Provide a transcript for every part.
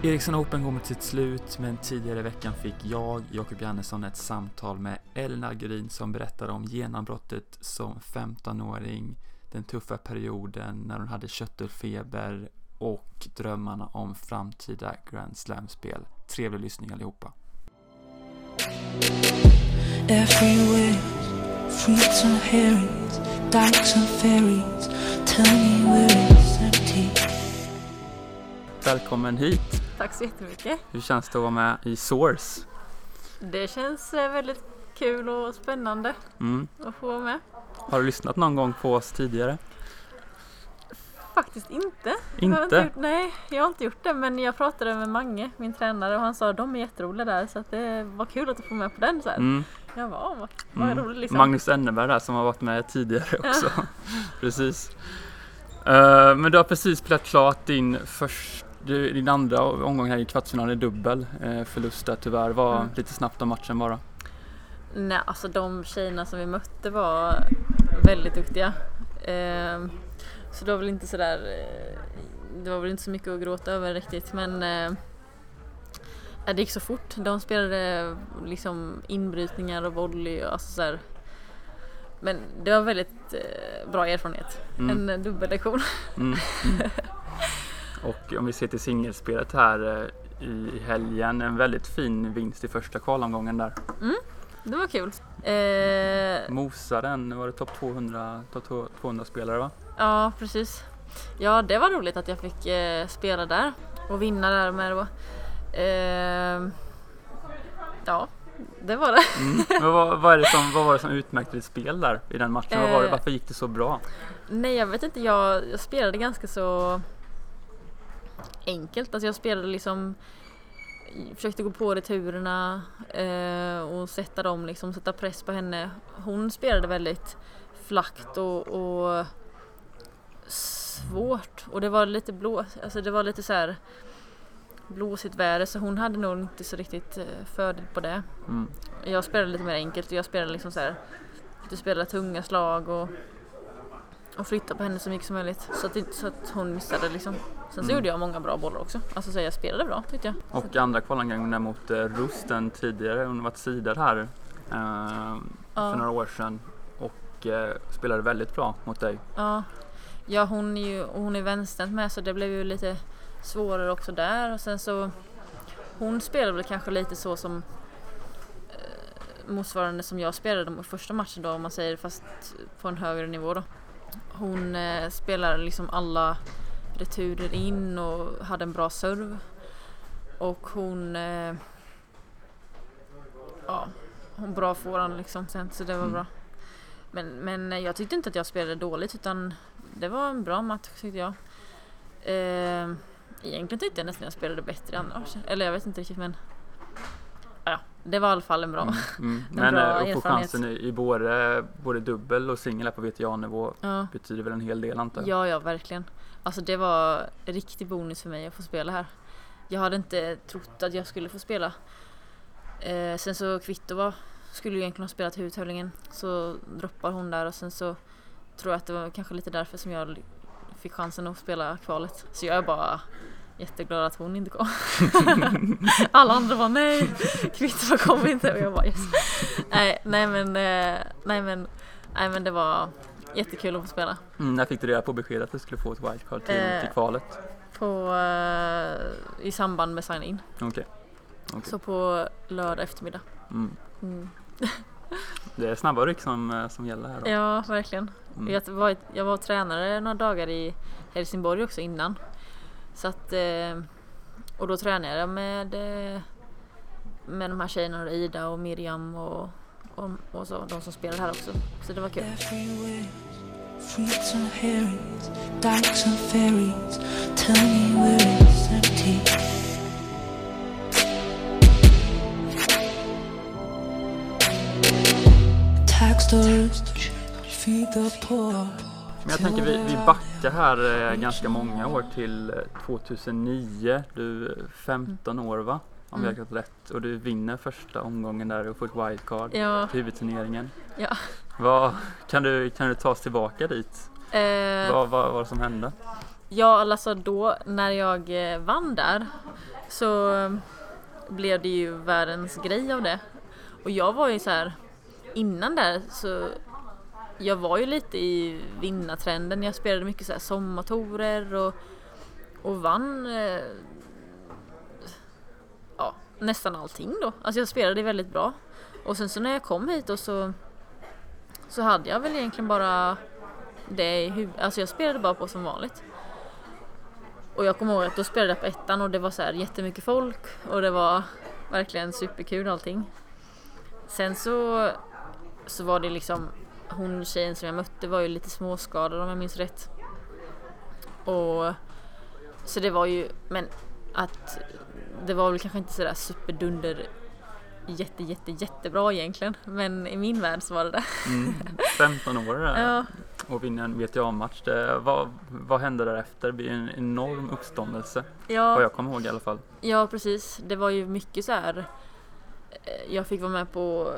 Ericsson Open går mot sitt slut, men tidigare i veckan fick jag, Jakob Jannesson, ett samtal med Elin Algerin som berättade om genombrottet som 15-åring, den tuffa perioden när hon hade köttelfeber och drömmarna om framtida Grand Slam-spel. Trevlig lyssning allihopa. Everywhere, fruits and herrings, dykes and ferries, tell me where it's empty. Välkommen hit. Tack så jättemycket. Hur känns det att vara med i Source? Det känns väldigt kul och spännande att få vara med. Har du lyssnat någon gång på oss tidigare? Faktiskt inte. Inte? Nej, jag har inte gjort det, men jag pratade med Mange, min tränare, och han sa att de är jätteroliga där, så att det var kul att få med på den. Så här. Jag bara, vad roligt liksom. Magnus Enneberg där som har varit med tidigare också. Precis. Men du har precis spelat klart din andra omgång här i kvartsfinalen i dubbel. Förlust där tyvärr. Var lite snabbt om matchen bara. Nej, alltså de tjejerna som vi mötte var väldigt duktiga. Så det var väl inte sådär, det var väl inte så mycket att gråta över riktigt, men det gick så fort. De spelade liksom inbrytningar och volley och alltså så här. Men det var väldigt bra erfarenhet. En dubbellektion. Och om vi ser till singelspelet här i helgen, en väldigt fin vinst i första kvalomgången där. Det var kul. Mosaren, var det topp 200 spelare va? Ja, precis. Ja, det var roligt att jag fick spela där och vinna där med då. Ja, det var det. Men vad var det som utmärkte ditt spel där i den matchen? Varför gick det så bra? Nej, jag vet inte. Jag spelade ganska så enkelt. Alltså jag spelade liksom, försökte gå på returerna och sätta dem liksom, sätta press på henne. Hon spelade väldigt flackt och svårt, och det var lite alltså det var lite så här blåsigt väder, så hon hade nog inte så riktigt fördel på det. Jag spelade lite mer enkelt, och jag spelade liksom så här, du spelade tunga slag och flytta på henne så mycket som möjligt, så att hon missade liksom. Sen så gjorde jag många bra bollar också. Alltså så jag spelade bra, tyckte jag. Och andra kvalomgången mot Rusten tidigare, hon har varit sidad här för några år sedan och spelade väldigt bra mot dig. Ja, hon är vänsterhänt med, så det blev ju lite svårare också där. Och sen så hon spelade väl kanske lite så som motsvarande som jag spelade mot första matchen då, om man säger, fast på en högre nivå då. Hon spelar liksom alla returer in och hade en bra serv, och hon bra forehand liksom sen, så det var bra. Men jag tyckte inte att jag spelade dåligt, utan det var en bra match tyckte jag. Egentligen tyckte jag nästan jag spelade bättre än andra. Eller jag vet inte riktigt, men ja, det var i alla fall en bra Men att få chansen i både dubbel och singel på VTA-nivå betyder väl en hel del, antar jag. Ja, verkligen. Alltså det var en riktig bonus för mig att få spela här. Jag hade inte trott att jag skulle få spela. Sen så Kvitova skulle ju egentligen ha spelat huvudtävlingen, så droppar hon där, och sen så tror jag att det var kanske lite därför som jag fick chansen att spela kvalet. Så jag är bara jätteglad att hon inte kom. Alla andra var nej, Kvitova kom inte, och jag bara yes. Nej men det var jättekul att få spela. När fick du reda på beskedet att du skulle få ett wildcard till kvalet? I samband med sign-in. Okej. Så på lördag eftermiddag. Det är snabba ryck som gäller här då. Ja, verkligen. Jag var tränare några dagar i Helsingborg också innan. Så att, och då tränade jag med de här tjejerna, Ida och Miriam och så, de som spelar här också. Så det var kul. Fruits and herrings, dykes and ferries, tell me where it's empty. Men jag tänker vi backar här ganska många år till 2009. Du är 15 år va? Om jag har rätt rätt. Och du vinner första omgången där och får ett wildcard till huvudturneringen. Ja. Kan du ta oss tillbaka dit? Vad var det som hände? Ja, alltså då när jag vann där så blev det ju världens grej av det. Och jag var ju så här innan där så jag var ju lite i vinnartrenden. Jag spelade mycket så här sommartorer och vann nästan allting då. Alltså jag spelade väldigt bra. Och sen så när jag kom hit och så hade jag väl egentligen bara det i huvudet. Alltså jag spelade bara på som vanligt. Och jag kommer ihåg att då spelade jag på ettan och det var så här jättemycket folk och det var verkligen superkul allting. Sen så var det liksom hon tjejen som jag mötte var ju lite småskadad om jag minns rätt. Och så det var ju, men att det var väl kanske inte sådär superdunder jättebra egentligen, men i min värld så var det 15 år ja. Och vinna en VTA-match. Vad hände därefter? Det blir en enorm uppståndelse. Ja. Vad jag kommer ihåg i alla fall. Ja, precis. Det var ju mycket så här. Jag fick vara med på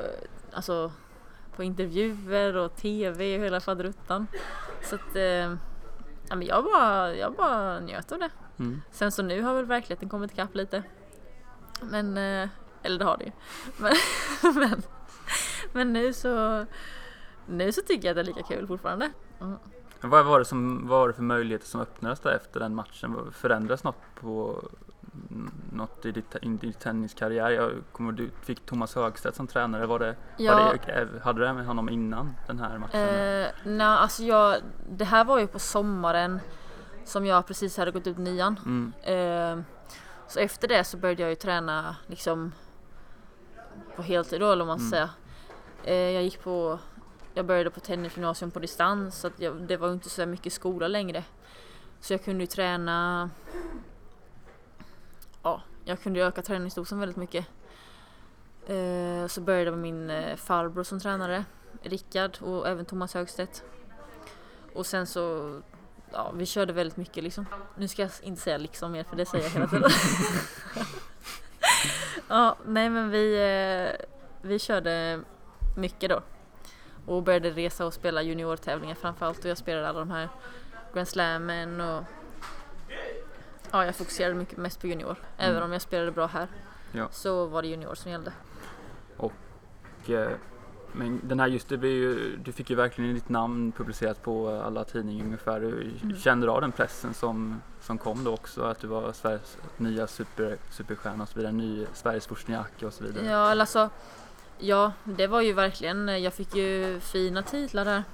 intervjuer och tv och hela faderuttan. Så att men jag bara njöt av det. Sen så nu har väl verkligheten kommit ikapp lite. Men eller det har det ju. Men nu så tycker jag att det är lika kul fortfarande. Vad var det för möjligheter som öppnades där efter den matchen? Förändrades något i din tenniskarriär? Jag kommer du fick Thomas Högstedt som tränare. Hade du det med honom innan den här matchen? Nej, alltså det här var ju på sommaren som jag precis hade gått ut 9:an. Så efter det så började jag ju träna liksom på heltid då, eller om man ska säga. Jag började på tennisgymnasium på distans så att det var inte så mycket skola längre. Så jag kunde ju träna. Ja, jag kunde öka träningsdosen väldigt mycket. Så började jag med min farbror som tränare, Rickard, och även Thomas Högstedt. Och sen så vi körde väldigt mycket liksom. Nu ska jag inte säga liksom mer för det säger jag hela tiden. Nej men vi körde mycket då. Och började resa och spela juniortävlingar framförallt. Och jag spelade alla de här Grand Slammen och jag fokuserade mycket mest på junior. Även om jag spelade bra här så var det junior som gällde. Och men den här du fick ju verkligen ditt namn publicerat på alla tidningar ungefär. Kände du av den pressen som kom då också? Att du var Sveriges nya superstjärna och så vidare, Sveriges Wozniacki och så vidare. Ja, alltså det var ju verkligen, jag fick ju fina titlar där.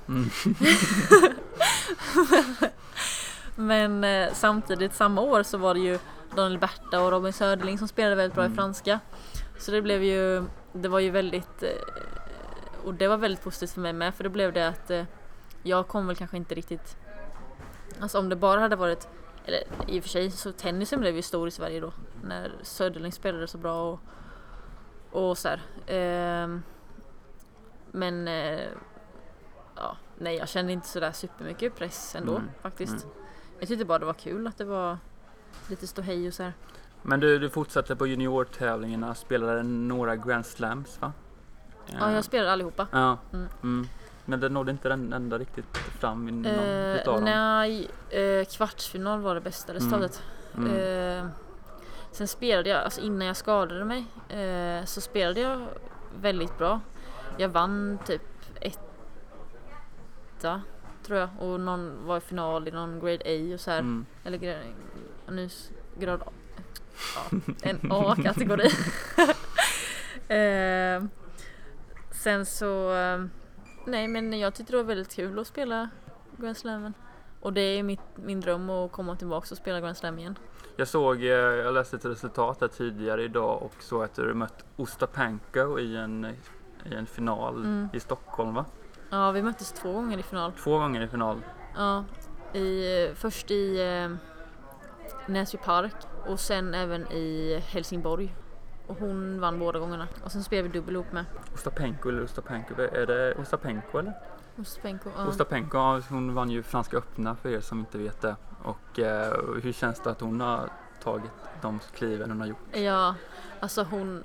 Men samtidigt samma år så var det ju Daniel Berta och Robin Söderling som spelade väldigt bra i franska. Så det var ju väldigt och det var väldigt positivt för mig med, för det blev det att jag kom väl kanske inte riktigt, alltså om det bara hade varit, eller i och för sig så tennisen blev ju stor i Sverige då när Söderling spelade så bra och så här. Men nej, jag kände inte så där supermycket press ändå faktiskt. Jag tyckte bara det var kul att det var lite ståhej och så här. Men du fortsatte på juniortävlingarna, spelade några Grand Slams, va? Ja, jag spelade allihopa. Ja. Men det nådde inte den ända riktigt fram i någon utav dem? Nej, kvartsfinal var det bästa resultatet. Sen spelade jag, alltså innan jag skadade mig så spelade jag väldigt bra. Jag vann typ 1 tror jag, och någon var i final i någon grade A och så här, eller grad A. En A-kategori. Sen så nej, men jag tyckte det var väldigt kul att spela Grand Slammen. Och det är min dröm att komma tillbaka och spela Grand Slam igen. Jag läste ett resultat där tidigare idag och såg att du mött Ostapenko i en final i Stockholm, va? Ja, vi möttes 2 gånger i final. 2 gånger i final? Ja, först i Näsby Park och sen även i Helsingborg. Och hon vann båda gångerna. Och sen spelade vi dubbel ihop med. Ostapenko eller Ostapenko? Är det Ostapenko eller? Ostapenko, ja. Ostapenko, hon vann ju Franska öppna för er som inte vet det. Och hur känns det att hon har tagit de kliven hon har gjort? Ja, alltså hon...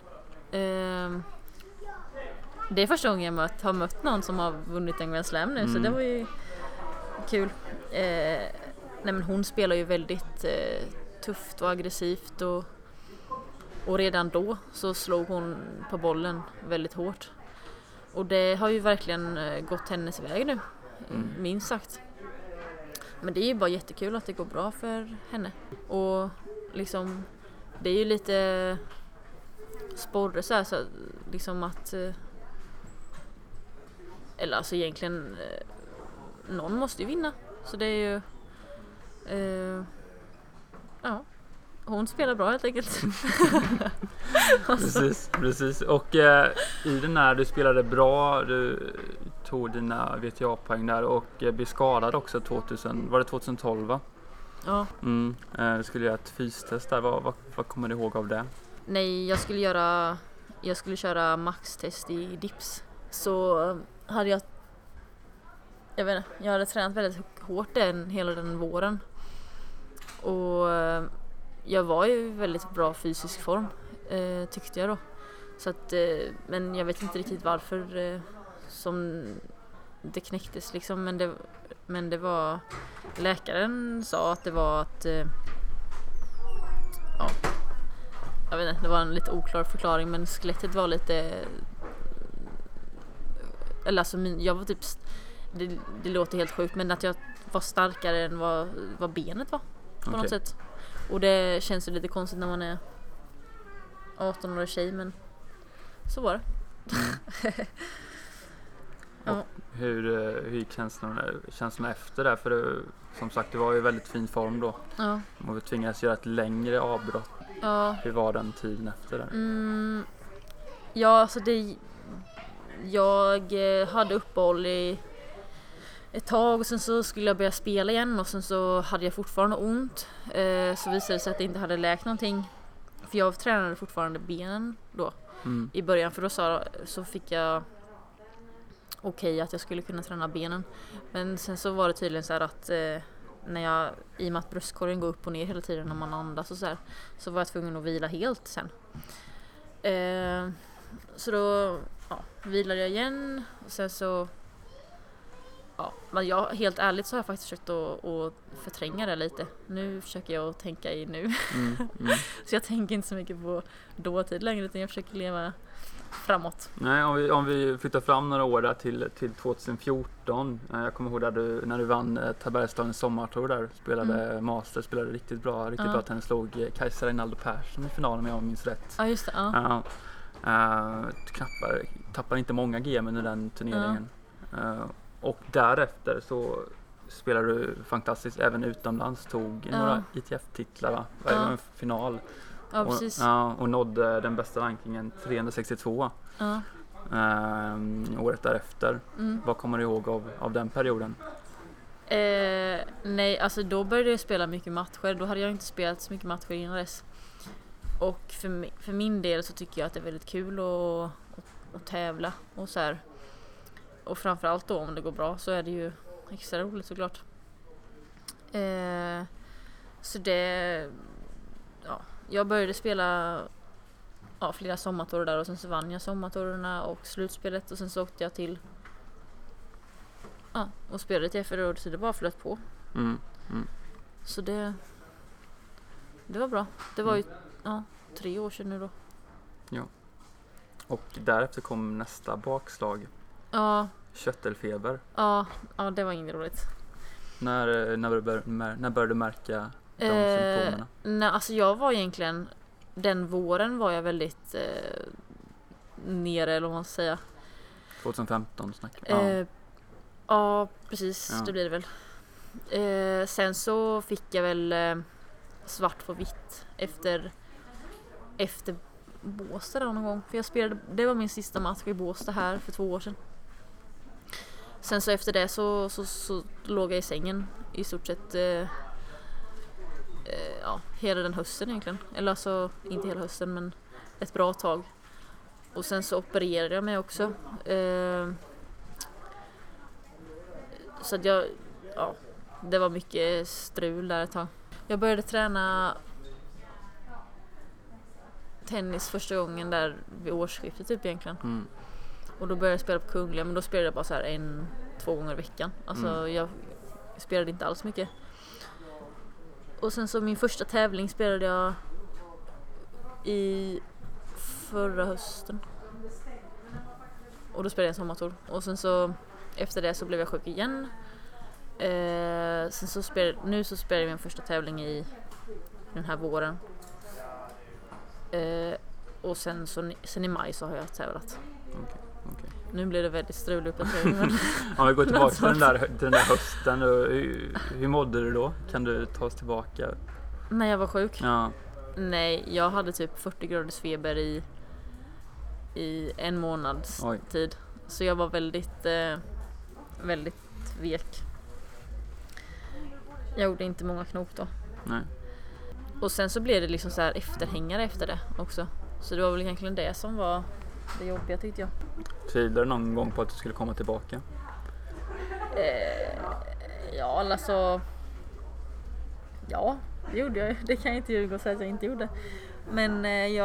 det är första gången jag har mött någon som har vunnit en Grand Slam nu. Så det var ju kul. nej men hon spelar ju väldigt tufft och aggressivt och redan då så slog hon på bollen väldigt hårt. Och det har ju verkligen gått hennes väg nu, minst sagt. Men det är ju bara jättekul att det går bra för henne. Och liksom, det är ju lite sporre så liksom att eller alltså egentligen någon måste ju vinna. Så det är ju ja, hon spelar bra helt enkelt. Precis. Och i den här du spelade bra, du tog dina VTA-poäng där och blev skadad också 2012 va? Ja. Du skulle göra ett fystest där, vad kommer du ihåg av det? Nej, jag skulle köra maxtest i dips. Så hade jag hade tränat väldigt hårt hela den våren. Och jag var ju i väldigt bra fysisk form, tyckte jag då. Så att, men jag vet inte riktigt varför som det knäcktes liksom. Men det var, läkaren sa att det var att ja, jag vet inte, det var en lite oklar förklaring, men skelettet var lite, eller alltså jag var typ, det låter helt sjukt, men att jag var starkare än vad benet var på något sätt. Och det känns ju lite konstigt när man är 18 år tjej, men så var det. Ja. Hur gick känslorna efter det? För du, som sagt, det var ju väldigt fin form då. Ja. Och vi tvingades göra ett längre avbrott. Ja. Hur var den tiden efter det? Ja, alltså jag hade uppehåll i ett tag och sen så skulle jag börja spela igen och sen så hade jag fortfarande ont. Så visade det sig att det inte hade läkt någonting. För jag tränade fortfarande benen då i början, för då så fick jag okej att jag skulle kunna träna benen. Men sen så var det tydligen så här att i och med att bröstkorgen går upp och ner hela tiden när man andas och så var jag tvungen att vila helt sen. Så då vilade jag igen och sen så men helt ärligt så har jag faktiskt försökt att förtränga det lite. Nu försöker jag att tänka i nu. Så jag tänker inte så mycket på dåtid längre, utan jag försöker leva framåt. Nej, om vi flyttar fram några år där till 2014. Jag kommer ihåg där när du vann Tabergsdalens sommartour där, spelade master, spelade riktigt bra tennis, slog Kajsa Reinaldo Persson i finalen om jag minns rätt. Ja, just det. Tappade inte många game under den turneringen. Och därefter så spelade du fantastiskt även utomlands, tog några ITF-titlar va? En final. Ja, precis. Och nådde den bästa rankingen 362 året därefter. Vad kommer du ihåg av den perioden? Nej, alltså då började jag spela mycket matcher. Då hade jag inte spelat så mycket matcher innan dess. Och för min del så tycker jag att det är väldigt kul att tävla och så här. Och framförallt då om det går bra så är det ju extra roligt såklart. Så det, jag började spela flera sommartorer där och sen så vann jag sommartorerna och slutspelet och sen så åkte jag till och spelade till FR, så det bara flöt på. Så det var bra. Det var ju 3 år sedan nu då. Ja. Och därefter kom nästa bakslag. Ja. Köttelfeber. Ja, det var inget roligt. När började du märka de symptomerna? Nej, alltså jag var egentligen, den våren var jag väldigt nere, eller vad man ska säga. 2015 snackar vi. Ja, precis. Det blir det väl. Sen så fick jag väl svart på vitt efter Båstad någon gång. För jag spelade, det var min sista match i Båstad här för 2 år sedan. Sen så efter det så låg jag i sängen i stort sett hela den hösten egentligen. Eller alltså inte hela hösten, men ett bra tag. Och sen så opererade jag mig också. Så att det var mycket strul där ett tag. Jag började träna tennis första gången där vid årsskiftet typ egentligen. Och då började jag spela på Kungliga, men då spelade jag bara så här 1-2 gånger i veckan. Alltså jag spelade inte alls mycket. Och sen så min första tävling spelade jag i förra hösten. Och då spelade jag en sommartour. Och sen så efter det så blev jag sjuk igen. Sen så nu så spelar vi min första tävling i den här våren. Och sen i maj så har jag tävlat. Okay. Nu blir det väldigt struligt på tävlingen. Om vi går tillbaka till den där hösten. Hur mådde du då? Kan du ta oss tillbaka? När jag var sjuk? Ja. Nej, jag hade typ 40 graders feber i en månads tid. Så jag var väldigt vek. Jag gjorde inte många knop då. Nej. Och sen så blev det liksom så här efterhängare efter det också. Så det var väl egentligen det som var det jobbiga, tyckte jag. Tvivlade du någon gång på att du skulle komma tillbaka? Ja, alltså... Ja, det gjorde jag. Det kan jag inte ljuga och säga att jag inte gjorde. Men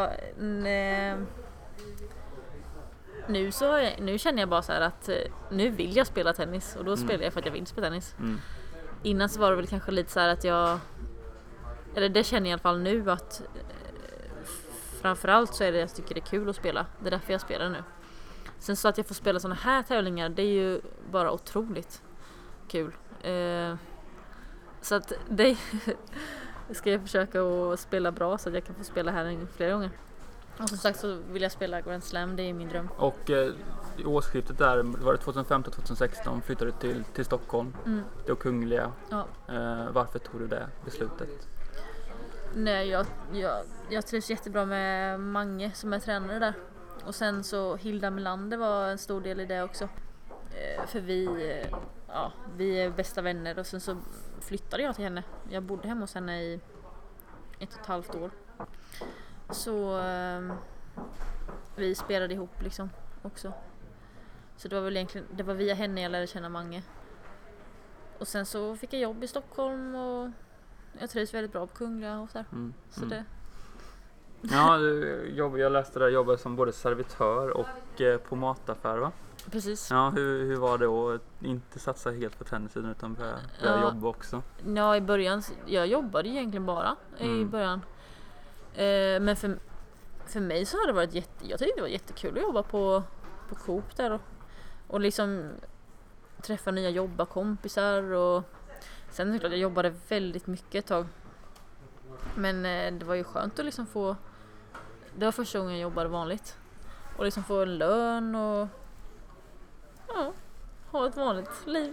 nu känner jag bara så här att nu vill jag spela tennis. Och då spelar jag för att jag vill spela tennis. Innan så var det väl kanske lite så här att eller det känner jag i alla fall nu att framförallt så är det jag tycker det är kul att spela. Det är därför jag spelar nu. Sen så att jag får spela såna här tävlingar, det är ju bara otroligt kul. Så att det ska jag försöka att spela bra så att jag kan få spela här flera gånger. Och som sagt så vill jag spela Grand Slam, det är min dröm. Och i årsskiftet där, var det 2015-2016, flyttade du till Stockholm. Det var Kungliga. Ja. Varför tog du det beslutet? Nej, jag trivs jättebra med Mange som är tränare där. Och sen så Hilda Melander var en stor del i det också. För vi är bästa vänner och sen så flyttade jag till henne. Jag bodde hemma hos henne i 1,5 år. Så vi spelade ihop liksom också. Så det var väl egentligen, det var via henne jag lärde känna Mange. Och sen så fick jag jobb i Stockholm och jag trivs väldigt bra på Kungliga och så där. Så det... Ja, jag läste där, jobbade som både servitör och på mataffär, va? Precis. Ja, hur var det att inte satsa helt på tennisen utan börja jobba också? Ja, i början, jag jobbade egentligen bara i början. Men för mig så har det varit jag tyckte det var jättekul att jobba på Coop där och liksom träffa nya jobbarkompisar och sen är det klart jag jobbade väldigt mycket ett tag. Men det var ju skönt att liksom det var första gången jag jobbade vanligt och liksom få en lön och ha ett vanligt liv.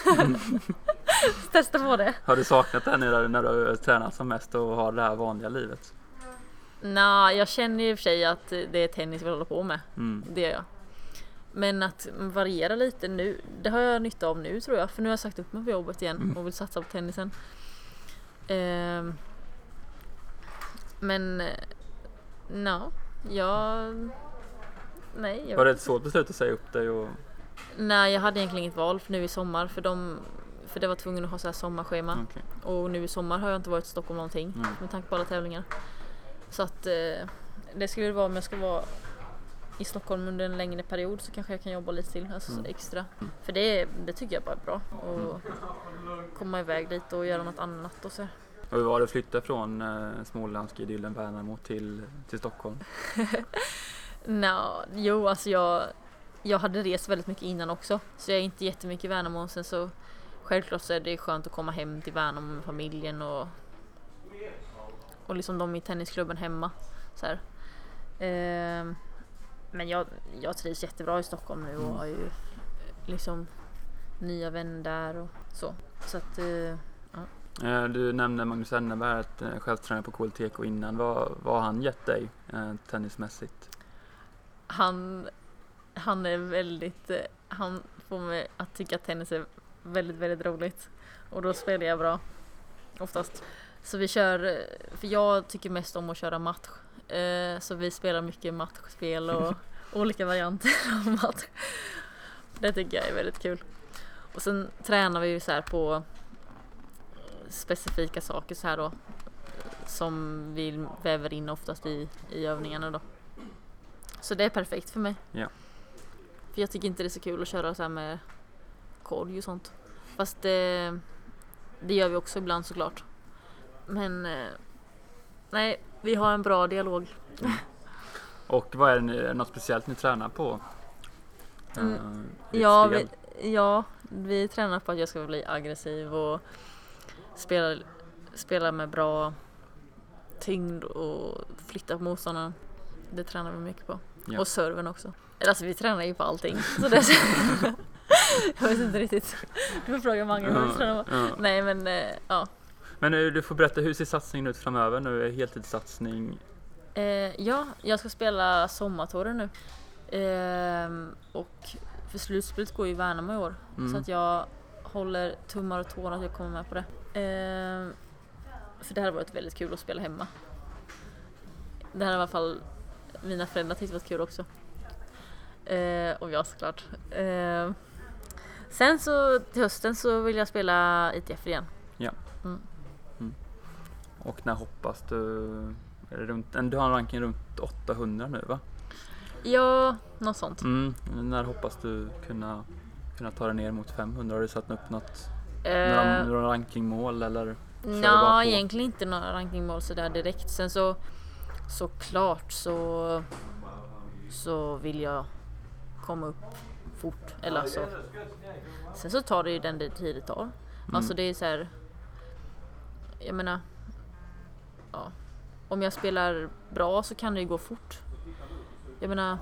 Testa på det. Har du saknat det när du tränar som mest och har det här vanliga livet? Nej, jag känner i och för sig att det är tennis jag vill hålla på med. Det gör jag. Men att variera lite nu, det har jag nytta av nu tror jag. För nu har jag sagt upp mig på jobbet igen och vill satsa på tennisen. Men var det ett svårt beslut att säga upp dig? Nej, jag hade egentligen inget val för nu i sommar för det var tvungen att ha så här sommarschema. Och nu i sommar har jag inte varit i Stockholm någonting med tanke på alla tävlingar. Så att det skulle vara om jag ska vara i Stockholm under en längre period så kanske jag kan jobba lite till, alltså extra. För det tycker jag bara är bra att komma iväg dit och göra något annat och så. Och hur var det att flytta från småländska idyllen Värnamo till Stockholm? Alltså jag hade rest väldigt mycket innan också. Så jag är inte jättemycket i Värnamo. Sen så självklart så är det skönt att komma hem till Värnamo med familjen och liksom de i tennisklubben hemma. Så här. Men jag trivs jättebra i Stockholm nu och har ju liksom nya vänner där och så. Så att, Du nämnde Magnus Enneberg, chefstränare på KLTK innan. Vad har han gett dig tennismässigt? Han är väldigt... Han får mig att tycka att tennis är väldigt, väldigt roligt. Och då spelar jag bra. Oftast. Så vi kör... För jag tycker mest om att köra match. Så vi spelar mycket matchspel och olika varianter av match. Det tycker jag är väldigt kul. Och sen tränar vi så här på specifika saker så här då. Som vi väver in oftast i övningarna då. Så det är perfekt för mig. Ja. För jag tycker inte det är så kul att köra så här med korg och sånt. Fast det gör vi också ibland såklart. Men nej, vi har en bra dialog. Och vad är det något speciellt ni tränar på? Vi tränar på att jag ska bli aggressiv och spela med bra tyngd och flytta på motståndaren. Det tränar vi mycket på. Ja. Och serven också. Alltså vi tränar ju på allting. Så det jag vet inte riktigt. Du får fråga många. Nej men ja. Men du får berätta, hur ser satsningen ut framöver nu? Är heltidssatsning? Ja, jag ska spela sommartouren nu. Och för slutspelet går ju Värnamo i år. Så att jag håller tummar och tår att jag kommer med på det. För det hade varit väldigt kul att spela hemma. Det här i alla fall mina föräldrar tyckte var kul också. Och jag såklart. Sen så till hösten så vill jag spela ITF igen. Ja. Och när hoppas du? Är det du har en ranking runt 800 nu, va? Ja, något sånt. När hoppas du kunna ta dig ner mot 500? Har du satt upp något några rankingmål eller? Ja, egentligen inte några rankingmål så där direkt. Sen så klart så vill jag komma upp fort eller så. Sen så tar det ju den tid det tar. Alltså det är så här, jag menar, ja, om jag spelar bra så kan det ju gå fort. Jag menar,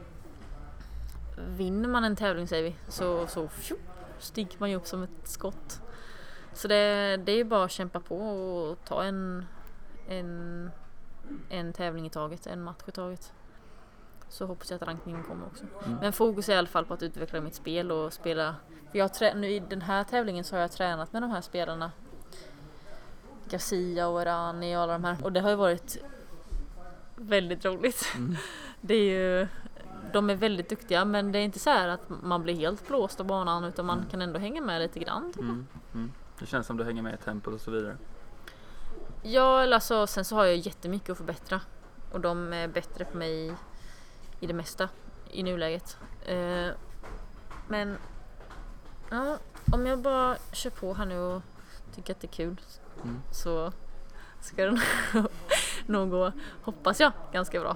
vinner man en tävling säger vi så stiger man ju upp som ett skott. Så det är ju bara att kämpa på och ta en tävling i taget, en match i taget. Så hoppas jag att rankingen kommer också. Men fokus är i alla fall på att utveckla mitt spel och spela. För nu i den här tävlingen så har jag tränat med de här spelarna. Garcia och Rani och alla de här. Och det har ju varit väldigt roligt. Det är ju, de är väldigt duktiga, men det är inte så här att man blir helt blåst av banan, utan man kan ändå hänga med lite grann. Det känns som du hänger med i tempot och så vidare. Ja, alltså, sen så har jag jättemycket att förbättra. Och de är bättre på mig i det mesta i nuläget. Men ja, om jag bara kör på här nu och tycker att det är kul så ska det nog gå, hoppas jag, ganska bra.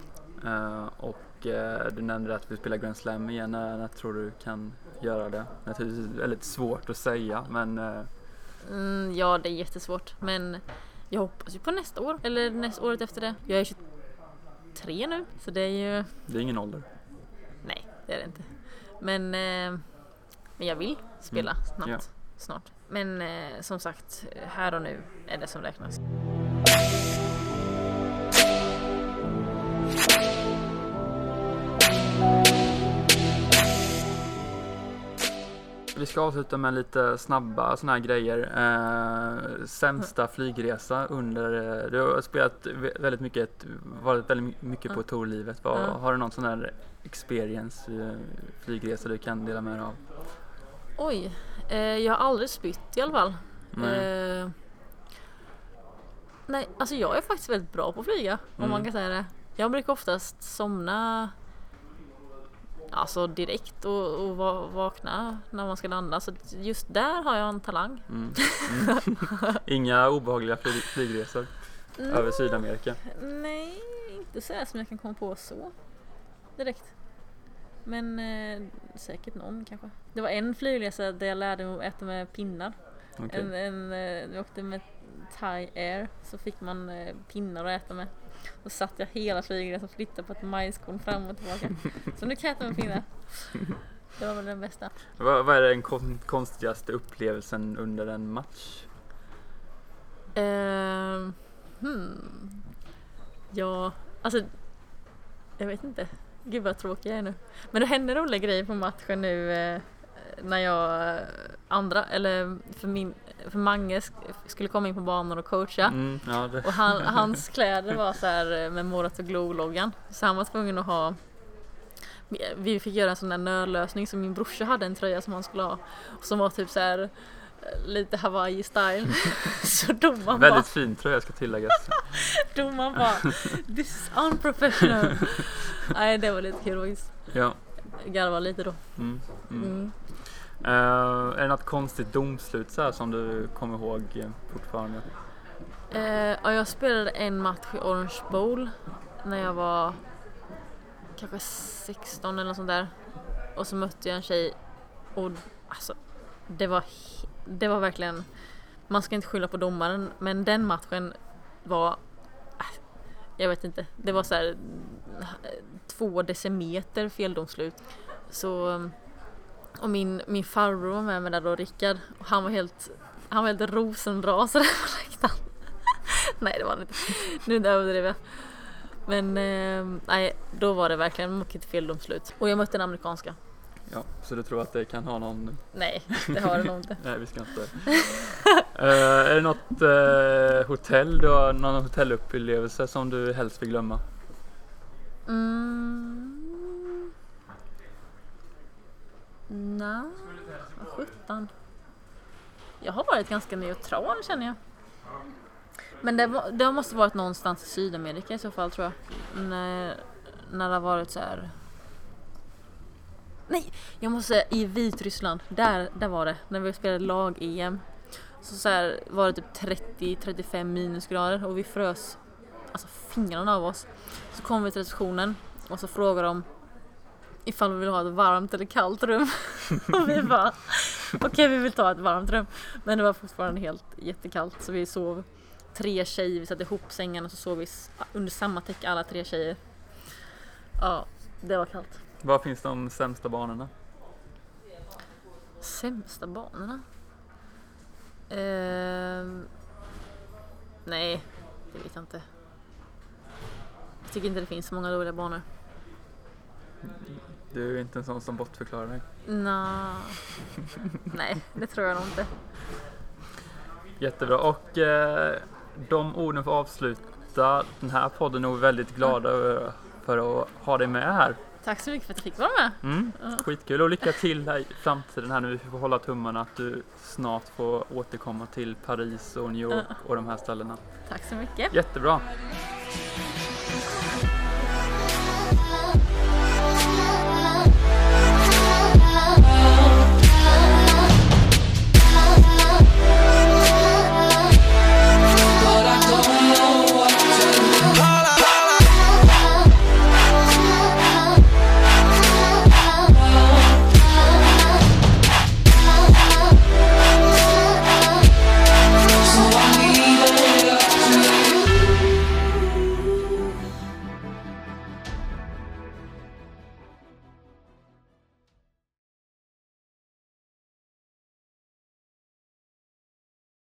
Du nämnde att vi spelar Grand Slam igen. När tror du kan göra det? Naturligtvis är det väldigt svårt att säga, men ja, det är jättesvårt, men jag hoppas ju på nästa år eller året efter det. Jag är 23 nu, så det är ju... Det är ingen ålder. Nej, det är det inte. Men jag vill spela snart. Men som sagt, här och nu är det som räknas. Vi ska avsluta med lite snabba såna här grejer. Sämsta flygresa under... Du har spelat varit väldigt mycket på tourlivet. Har du någon sån här experience flygresa du kan dela med dig av? Oj, jag har aldrig spytt i alla fall. Nej, alltså jag är faktiskt väldigt bra på att flyga, om man kan säga det. Jag brukar oftast somna alltså direkt och vakna när man ska landa. Så just där har jag en talang. Inga obehagliga flygresor över Sydamerika? Nej, inte så här som jag kan komma på så direkt. Men säkert någon kanske. Det var en flygresa där jag lärde mig att äta med pinnar. Okay. Vi åkte med Thai Air, så fick man pinnar att äta med. Och satt jag hela flygresan och flyttade på ett majskorn fram och tillbaka. Så nu kan jag äta med pinnar. Det var väl den bästa. Vad är den konstigaste upplevelsen under en match? Ja, alltså jag vet inte. Gud vad tråkig jag är nu. Men det hände roliga grejer på matchen nu när jag för Mange skulle komma in på banan och coacha. Och hans kläder var så här med Morat och Glow-loggan. Så han var tvungen att ha... Vi fick göra en sån där nödlösning, som min brorsa hade en tröja som han skulle ha. Som var typ så här lite Hawaii-style. Så domaren väldigt fin tröja ska tilläggas. Domaren bara, this is unprofessional. Nej, det var lite kul. Ja. Garva lite då. Är det något konstigt domslut så här som du kommer ihåg fortfarande? Ja, jag spelade en match i Orange Bowl när jag var kanske 16 eller något sånt där. Och så mötte jag en tjej och alltså, det var verkligen, man ska inte skylla på domaren, men den matchen var, jag vet inte, det var så här 2 decimeter feldomslut. Så, och min farbror var med mig där då, Rickard, och han var helt rosenrasad på läktaren. Nej, det var inte. Nu överdriver jag. Men nej, då var det verkligen mycket feldomslut. Och jag mötte en amerikanska. Ja, så du tror att det kan ha någon... Nej, det har det nog inte. Nej, vi ska inte. Är det något hotell du har, någon hotellupplevelse som du helst vill glömma? Nej, vad sjutton. Jag har varit ganska neutral, känner jag. Men det måste varit någonstans i Sydamerika i så fall, tror jag. När det har varit så här... Nej, jag måste säga i Vitryssland. Där var det. När vi spelade lag-EM. Så här var det typ 30-35 minusgrader. Och vi frös alltså fingrarna av oss. Så kom vi till receptionen. Och så frågade de ifall vi vill ha ett varmt eller kallt rum. Och vi bara, okej, vi vill ta ett varmt rum. Men det var fortfarande jättekallt. Så vi sov 3 tjejer. Vi satte ihop sängen och så sov vi under samma täcke alla 3 tjejer. Ja, det var kallt. Var finns de sämsta banorna? Sämsta banorna? Nej, det vet jag inte. Jag tycker inte det finns så många dåliga banor. Du är inte en sån som bortförklarar dig. Nej, det tror jag nog inte. Jättebra. Och de orden får avsluta den här podden, är nog väldigt glada för att ha dig med här. Tack så mycket för att jag fick vara med. Skitkul, och lycka till här i framtiden här nu. Vi får hålla tummarna att du snart får återkomma till Paris och New York och de här ställena. Tack så mycket. Jättebra.